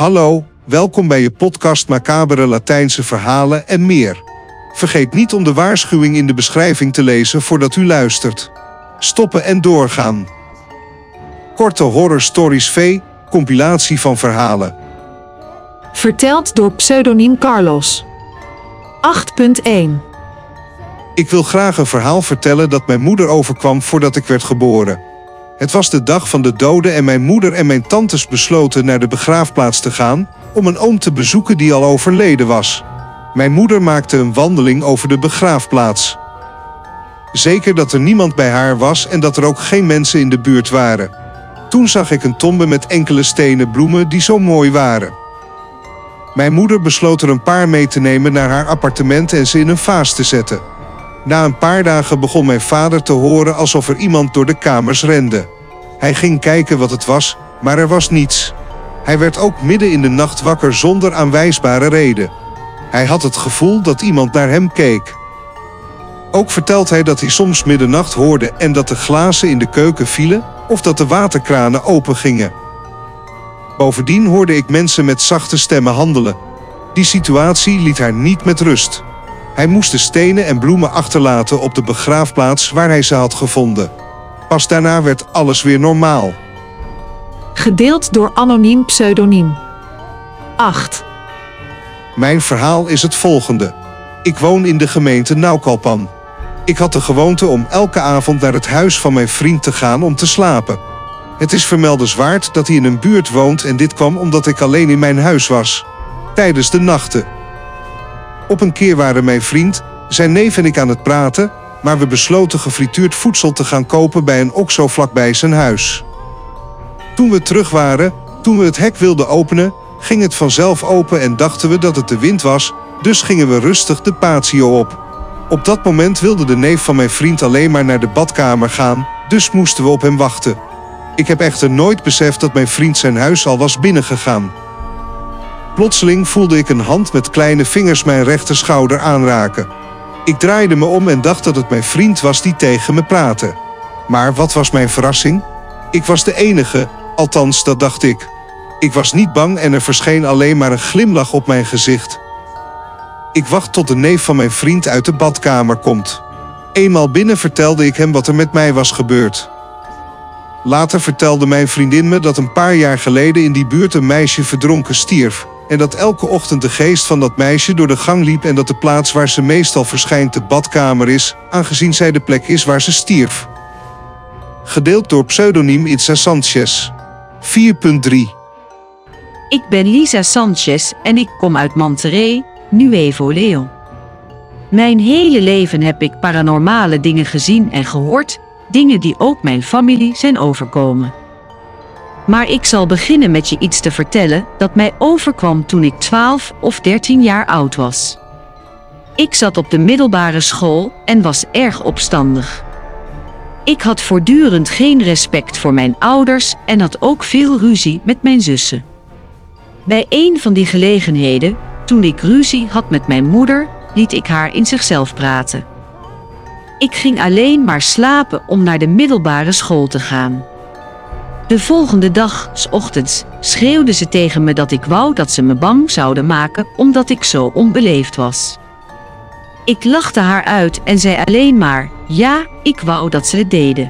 Hallo, welkom bij je podcast Macabere Latijnse verhalen en meer. Vergeet niet om de waarschuwing in de beschrijving te lezen voordat u luistert. Stoppen en doorgaan. Korte Horror Stories V, compilatie van verhalen. Verteld door pseudoniem Carlos. 8.1. Ik wil graag een verhaal vertellen dat mijn moeder overkwam voordat ik werd geboren. Het was de dag van de doden en mijn moeder en mijn tantes besloten naar de begraafplaats te gaan om een oom te bezoeken die al overleden was. Mijn moeder maakte een wandeling over de begraafplaats. Zeker dat er niemand bij haar was en dat er ook geen mensen in de buurt waren. Toen zag ik een tombe met enkele stenen bloemen die zo mooi waren. Mijn moeder besloot er een paar mee te nemen naar haar appartement en ze in een vaas te zetten. Na een paar dagen begon mijn vader te horen alsof er iemand door de kamers rende. Hij ging kijken wat het was, maar er was niets. Hij werd ook midden in de nacht wakker zonder aanwijsbare reden. Hij had het gevoel dat iemand naar hem keek. Ook vertelt hij dat hij soms middernacht hoorde en dat de glazen in de keuken vielen of dat de waterkranen opengingen. Bovendien hoorde ik mensen met zachte stemmen handelen. Die situatie liet haar niet met rust. Hij moest de stenen en bloemen achterlaten op de begraafplaats waar hij ze had gevonden. Pas daarna werd alles weer normaal. Gedeeld door anoniem pseudoniem. 8. Mijn verhaal is het volgende. Ik woon in de gemeente Naucalpan. Ik had de gewoonte om elke avond naar het huis van mijn vriend te gaan om te slapen. Het is vermeldenswaard dat hij in een buurt woont en dit kwam omdat ik alleen in mijn huis was. Tijdens de nachten. Op een keer waren mijn vriend, zijn neef en ik aan het praten, maar we besloten gefrituurd voedsel te gaan kopen bij een OXXO vlakbij zijn huis. Toen we terug waren, toen we het hek wilden openen, ging het vanzelf open en dachten we dat het de wind was, dus gingen we rustig de patio op. Op dat moment wilde de neef van mijn vriend alleen maar naar de badkamer gaan, dus moesten we op hem wachten. Ik heb echter nooit beseft dat mijn vriend zijn huis al was binnengegaan. Plotseling voelde ik een hand met kleine vingers mijn rechterschouder aanraken. Ik draaide me om en dacht dat het mijn vriend was die tegen me praatte. Maar wat was mijn verrassing? Ik was de enige, althans dat dacht ik. Ik was niet bang en er verscheen alleen maar een glimlach op mijn gezicht. Ik wacht tot de neef van mijn vriend uit de badkamer komt. Eenmaal binnen vertelde ik hem wat er met mij was gebeurd. Later vertelde mijn vriendin me dat een paar jaar geleden in die buurt een meisje verdronken stierf. En dat elke ochtend de geest van dat meisje door de gang liep en dat de plaats waar ze meestal verschijnt de badkamer is, aangezien zij de plek is waar ze stierf. Gedeeld door pseudoniem Itza Sanchez. 4.3. Ik ben Lisa Sanchez en ik kom uit Monterrey, Nuevo León. Mijn hele leven heb ik paranormale dingen gezien en gehoord, dingen die ook mijn familie zijn overkomen. Maar ik zal beginnen met je iets te vertellen dat mij overkwam toen ik 12 of 13 jaar oud was. Ik zat op de middelbare school en was erg opstandig. Ik had voortdurend geen respect voor mijn ouders en had ook veel ruzie met mijn zussen. Bij een van die gelegenheden, toen ik ruzie had met mijn moeder, liet ik haar in zichzelf praten. Ik ging alleen maar slapen om naar de middelbare school te gaan. De volgende dag, 's ochtends, schreeuwde ze tegen me dat ik wou dat ze me bang zouden maken omdat ik zo onbeleefd was. Ik lachte haar uit en zei alleen maar, ja, ik wou dat ze het deden.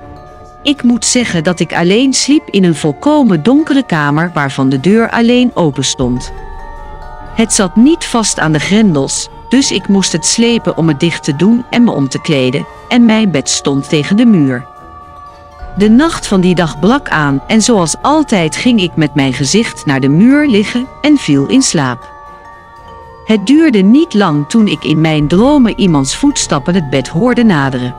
Ik moet zeggen dat ik alleen sliep in een volkomen donkere kamer waarvan de deur alleen open stond. Het zat niet vast aan de grendels, dus ik moest het slepen om het dicht te doen en me om te kleden, en mijn bed stond tegen de muur. De nacht van die dag brak aan en zoals altijd ging ik met mijn gezicht naar de muur liggen en viel in slaap. Het duurde niet lang toen ik in mijn dromen iemands voetstappen het bed hoorde naderen.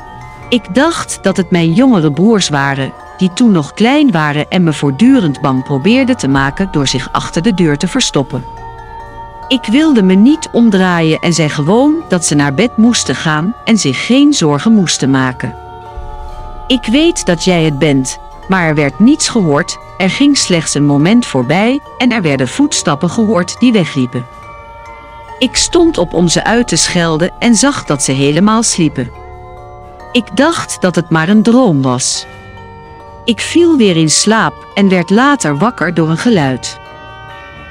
Ik dacht dat het mijn jongere broers waren, die toen nog klein waren en me voortdurend bang probeerden te maken door zich achter de deur te verstoppen. Ik wilde me niet omdraaien en zei gewoon dat ze naar bed moesten gaan en zich geen zorgen moesten maken. Ik weet dat jij het bent, maar er werd niets gehoord, er ging slechts een moment voorbij en er werden voetstappen gehoord die wegliepen. Ik stond op om ze uit te schelden en zag dat ze helemaal sliepen. Ik dacht dat het maar een droom was. Ik viel weer in slaap en werd later wakker door een geluid.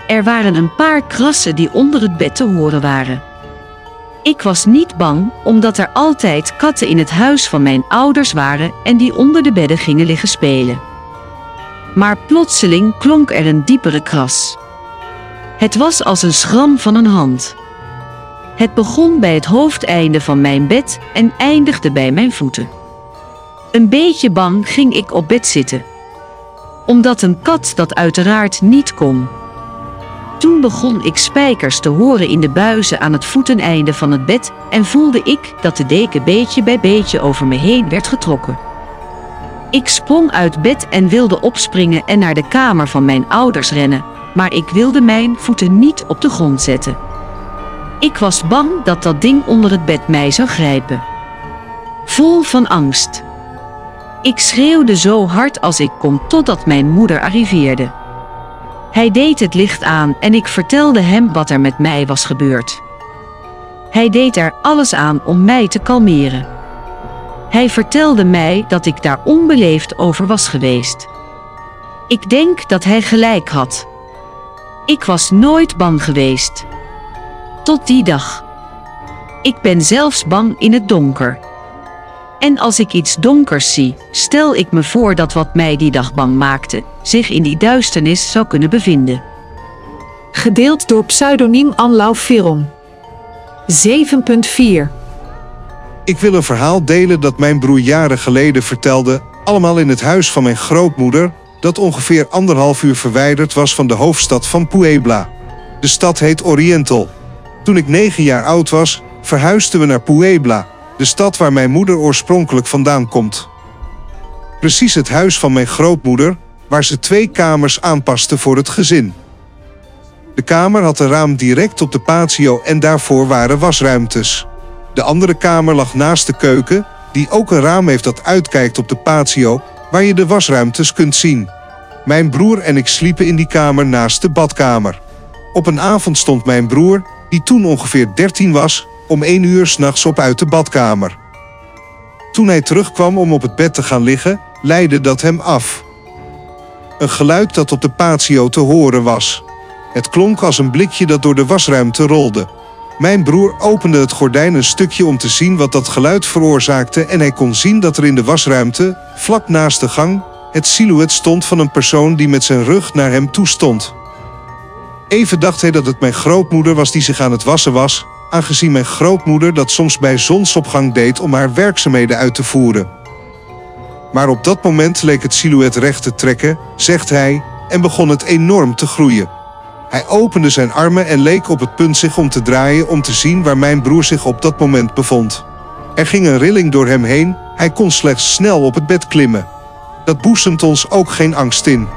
Er waren een paar krassen die onder het bed te horen waren. Ik was niet bang, omdat er altijd katten in het huis van mijn ouders waren en die onder de bedden gingen liggen spelen. Maar plotseling klonk er een diepere kras. Het was als een schram van een hand. Het begon bij het hoofdeinde van mijn bed en eindigde bij mijn voeten. Een beetje bang ging ik op bed zitten. Omdat een kat dat uiteraard niet kon. Toen begon ik spijkers te horen in de buizen aan het voeteneinde van het bed en voelde ik dat de deken beetje bij beetje over me heen werd getrokken. Ik sprong uit bed en wilde opspringen en naar de kamer van mijn ouders rennen, maar ik wilde mijn voeten niet op de grond zetten. Ik was bang dat dat ding onder het bed mij zou grijpen. Vol van angst. Ik schreeuwde zo hard als ik kon totdat mijn moeder arriveerde. Hij deed het licht aan en ik vertelde hem wat er met mij was gebeurd. Hij deed er alles aan om mij te kalmeren. Hij vertelde mij dat ik daar onbeleefd over was geweest. Ik denk dat hij gelijk had. Ik was nooit bang geweest. Tot die dag. Ik ben zelfs bang in het donker. En als ik iets donkers zie, stel ik me voor dat wat mij die dag bang maakte, zich in die duisternis zou kunnen bevinden. Gedeeld door pseudoniem Anlau Veron. 7.4. Ik wil een verhaal delen dat mijn broer jaren geleden vertelde, allemaal in het huis van mijn grootmoeder, dat ongeveer 1,5 uur verwijderd was van de hoofdstad van Puebla. De stad heet Oriental. Toen ik 9 jaar oud was, verhuisden we naar Puebla, de stad waar mijn moeder oorspronkelijk vandaan komt. Precies het huis van mijn grootmoeder, waar ze 2 kamers aanpaste voor het gezin. De kamer had een raam direct op de patio en daarvoor waren wasruimtes. De andere kamer lag naast de keuken, die ook een raam heeft dat uitkijkt op de patio, waar je de wasruimtes kunt zien. Mijn broer en ik sliepen in die kamer naast de badkamer. Op een avond stond mijn broer, die toen ongeveer 13 was, om 1 uur 's nachts op uit de badkamer. Toen hij terugkwam om op het bed te gaan liggen, leidde dat hem af. Een geluid dat op de patio te horen was. Het klonk als een blikje dat door de wasruimte rolde. Mijn broer opende het gordijn een stukje om te zien wat dat geluid veroorzaakte en hij kon zien dat er in de wasruimte, vlak naast de gang, het silhouet stond van een persoon die met zijn rug naar hem toe stond. Even dacht hij dat het mijn grootmoeder was die zich aan het wassen was, aangezien mijn grootmoeder dat soms bij zonsopgang deed om haar werkzaamheden uit te voeren. Maar op dat moment leek het silhouet recht te trekken, zegt hij, en begon het enorm te groeien. Hij opende zijn armen en leek op het punt zich om te draaien om te zien waar mijn broer zich op dat moment bevond. Er ging een rilling door hem heen, hij kon slechts snel op het bed klimmen. Dat boezemt ons ook geen angst in.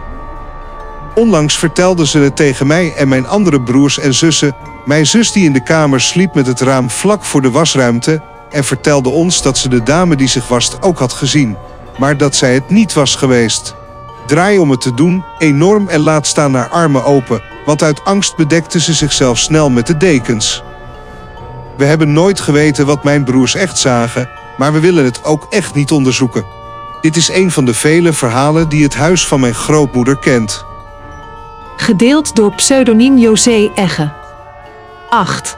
Onlangs vertelden ze het tegen mij en mijn andere broers en zussen, mijn zus die in de kamer sliep met het raam vlak voor de wasruimte, en vertelde ons dat ze de dame die zich wast ook had gezien, maar dat zij het niet was geweest. Draai om het te doen, enorm en laat staan haar armen open, want uit angst bedekte ze zichzelf snel met de dekens. We hebben nooit geweten wat mijn broers echt zagen, maar we willen het ook echt niet onderzoeken. Dit is een van de vele verhalen die het huis van mijn grootmoeder kent. Gedeeld door pseudoniem José Egge. 8.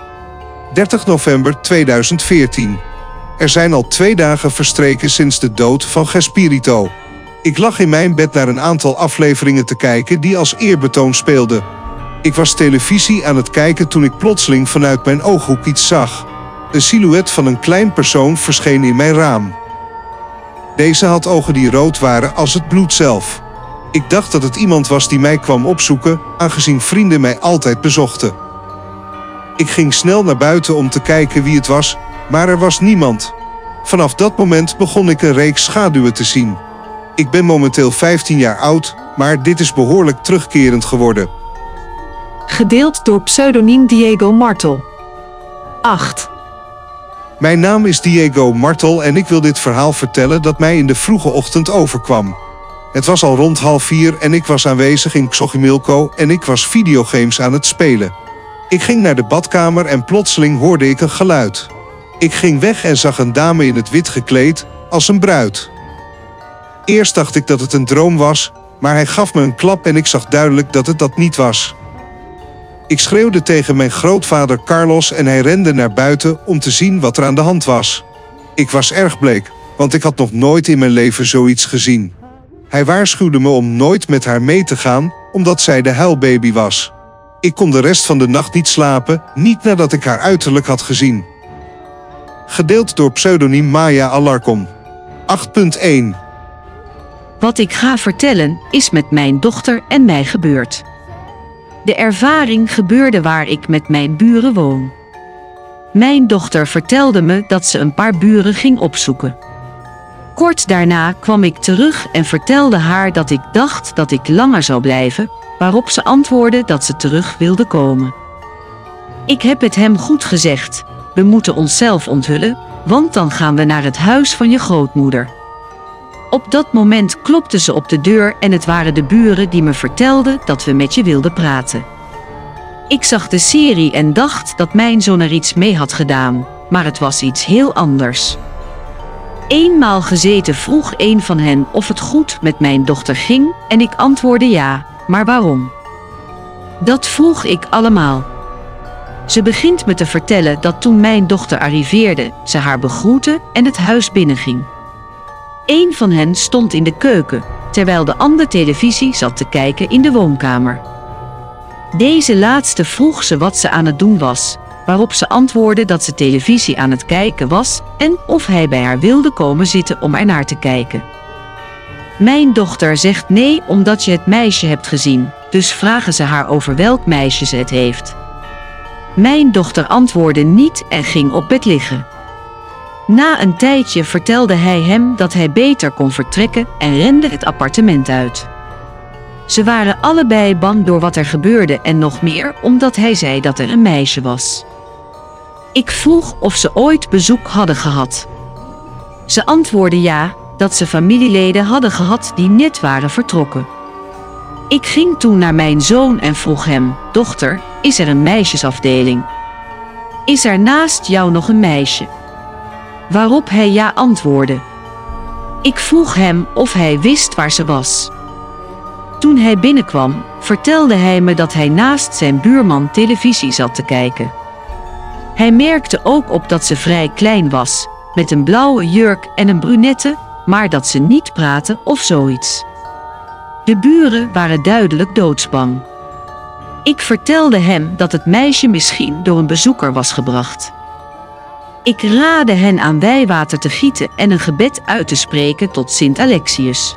30 november 2014. Er zijn al 2 dagen verstreken sinds de dood van Gespirito. Ik lag in mijn bed naar een aantal afleveringen te kijken die als eerbetoon speelden. Ik was televisie aan het kijken toen ik plotseling vanuit mijn ooghoek iets zag. Een silhouet van een klein persoon verscheen in mijn raam. Deze had ogen die rood waren als het bloed zelf. Ik dacht dat het iemand was die mij kwam opzoeken, aangezien vrienden mij altijd bezochten. Ik ging snel naar buiten om te kijken wie het was, maar er was niemand. Vanaf dat moment begon ik een reeks schaduwen te zien. Ik ben momenteel 15 jaar oud, maar dit is behoorlijk terugkerend geworden. Gedeeld door pseudoniem Diego Martel. 8. Mijn naam is Diego Martel en ik wil dit verhaal vertellen dat mij in de vroege ochtend overkwam. Het was al rond 3:30 en ik was aanwezig in Xochimilco en ik was videogames aan het spelen. Ik ging naar de badkamer en plotseling hoorde ik een geluid. Ik ging weg en zag een dame in het wit gekleed, als een bruid. Eerst dacht ik dat het een droom was, maar hij gaf me een klap en ik zag duidelijk dat het dat niet was. Ik schreeuwde tegen mijn grootvader Carlos en hij rende naar buiten om te zien wat er aan de hand was. Ik was erg bleek, want ik had nog nooit in mijn leven zoiets gezien. Hij waarschuwde me om nooit met haar mee te gaan, omdat zij de huilbaby was. Ik kon de rest van de nacht niet slapen, niet nadat ik haar uiterlijk had gezien. Gedeeld door pseudoniem Maya Alarcon. 8.1. Wat ik ga vertellen is met mijn dochter en mij gebeurd. De ervaring gebeurde waar ik met mijn buren woon. Mijn dochter vertelde me dat ze een paar buren ging opzoeken. Kort daarna kwam ik terug en vertelde haar dat ik dacht dat ik langer zou blijven, waarop ze antwoordde dat ze terug wilde komen. Ik heb het hem goed gezegd: we moeten onszelf onthullen, want dan gaan we naar het huis van je grootmoeder. Op dat moment klopte ze op de deur en het waren de buren die me vertelden dat we met je wilden praten. Ik zag de serie en dacht dat mijn zoon er iets mee had gedaan, maar het was iets heel anders. Eenmaal gezeten vroeg een van hen of het goed met mijn dochter ging en ik antwoordde ja, maar waarom? Dat vroeg ik allemaal. Ze begint me te vertellen dat toen mijn dochter arriveerde, ze haar begroette en het huis binnenging. Eén van hen stond in de keuken, terwijl de ander televisie zat te kijken in de woonkamer. Deze laatste vroeg ze wat ze aan het doen was, waarop ze antwoordde dat ze televisie aan het kijken was en of hij bij haar wilde komen zitten om er naar te kijken. Mijn dochter zegt nee omdat je het meisje hebt gezien, dus vragen ze haar over welk meisje ze het heeft. Mijn dochter antwoordde niet en ging op bed liggen. Na een tijdje vertelde hij hem dat hij beter kon vertrekken en rende het appartement uit. Ze waren allebei bang door wat er gebeurde en nog meer omdat hij zei dat er een meisje was. Ik vroeg of ze ooit bezoek hadden gehad. Ze antwoordde ja, dat ze familieleden hadden gehad die net waren vertrokken. Ik ging toen naar mijn zoon en vroeg hem: dochter, is er een meisjesafdeling? Is er naast jou nog een meisje? Waarop hij ja antwoordde. Ik vroeg hem of hij wist waar ze was. Toen hij binnenkwam, vertelde hij me dat hij naast zijn buurman televisie zat te kijken. Hij merkte ook op dat ze vrij klein was, met een blauwe jurk en een brunette, maar dat ze niet praatte of zoiets. De buren waren duidelijk doodsbang. Ik vertelde hem dat het meisje misschien door een bezoeker was gebracht. Ik raadde hen aan wijwater te gieten en een gebed uit te spreken tot Sint Alexius.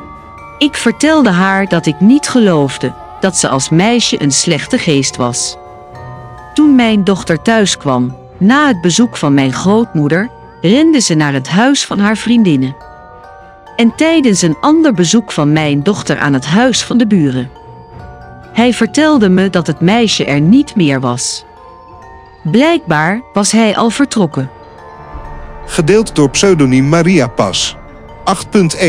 Ik vertelde haar dat ik niet geloofde dat ze als meisje een slechte geest was. Toen mijn dochter thuis kwam, na het bezoek van mijn grootmoeder, rende ze naar het huis van haar vriendinnen. En tijdens een ander bezoek van mijn dochter aan het huis van de buren. Hij vertelde me dat het meisje er niet meer was. Blijkbaar was hij al vertrokken. Gedeeld door pseudoniem Maria Pas. 8.1.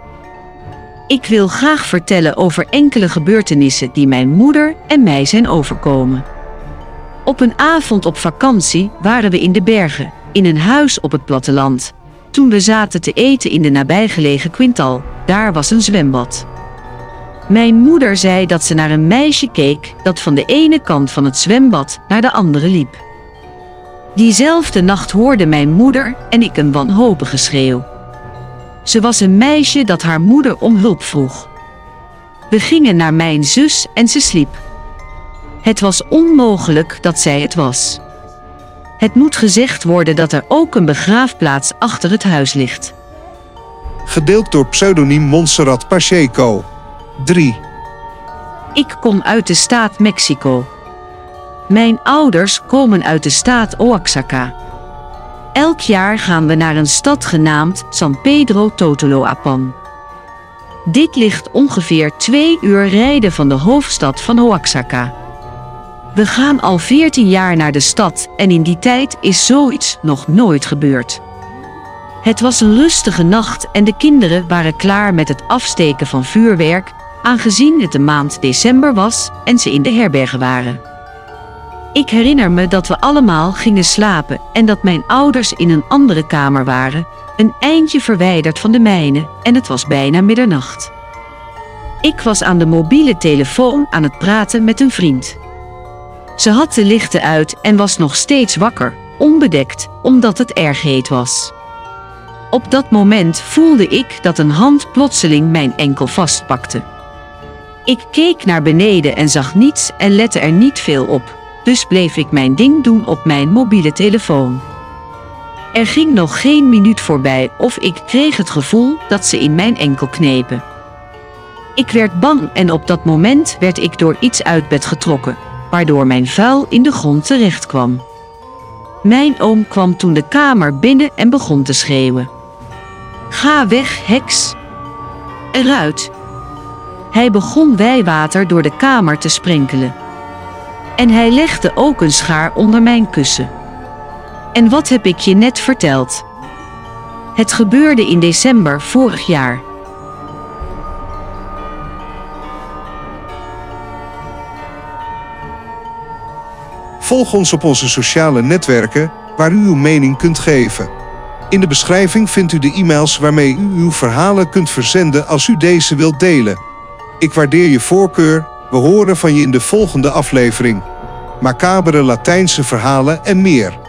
Ik wil graag vertellen over enkele gebeurtenissen die mijn moeder en mij zijn overkomen. Op een avond op vakantie waren we in de bergen, in een huis op het platteland. Toen we zaten te eten in de nabijgelegen Quintal, daar was een zwembad. Mijn moeder zei dat ze naar een meisje keek dat van de ene kant van het zwembad naar de andere liep. Diezelfde nacht hoorde mijn moeder en ik een wanhopige schreeuw. Ze was een meisje dat haar moeder om hulp vroeg. We gingen naar mijn zus en ze sliep. Het was onmogelijk dat zij het was. Het moet gezegd worden dat er ook een begraafplaats achter het huis ligt. Gedeeld door pseudoniem Montserrat Pacheco. 3. Ik kom uit de staat Mexico. Mijn ouders komen uit de staat Oaxaca. Elk jaar gaan we naar een stad genaamd San Pedro Totoloapan. Dit ligt ongeveer 2 uur rijden van de hoofdstad van Oaxaca. We gaan al 14 jaar naar de stad en in die tijd is zoiets nog nooit gebeurd. Het was een rustige nacht en de kinderen waren klaar met het afsteken van vuurwerk, aangezien het de maand december was en ze in de herbergen waren. Ik herinner me dat we allemaal gingen slapen en dat mijn ouders in een andere kamer waren, een eindje verwijderd van de mijne, en het was bijna middernacht. Ik was aan de mobiele telefoon aan het praten met een vriend. Ze had de lichten uit en was nog steeds wakker, onbedekt, omdat het erg heet was. Op dat moment voelde ik dat een hand plotseling mijn enkel vastpakte. Ik keek naar beneden en zag niets en lette er niet veel op, dus bleef ik mijn ding doen op mijn mobiele telefoon. Er ging nog geen minuut voorbij of ik kreeg het gevoel dat ze in mijn enkel knepen. Ik werd bang en op dat moment werd ik door iets uit bed getrokken, waardoor mijn vuil in de grond terecht kwam. Mijn oom kwam toen de kamer binnen en begon te schreeuwen. Ga weg, heks! Eruit! Hij begon wijwater door de kamer te sprenkelen. En hij legde ook een schaar onder mijn kussen. En wat heb ik je net verteld? Het gebeurde in december vorig jaar. Volg ons op onze sociale netwerken, waar u uw mening kunt geven. In de beschrijving vindt u de e-mails waarmee u uw verhalen kunt verzenden als u deze wilt delen. Ik waardeer je voorkeur, we horen van je in de volgende aflevering. Macabere Latijnse verhalen en meer.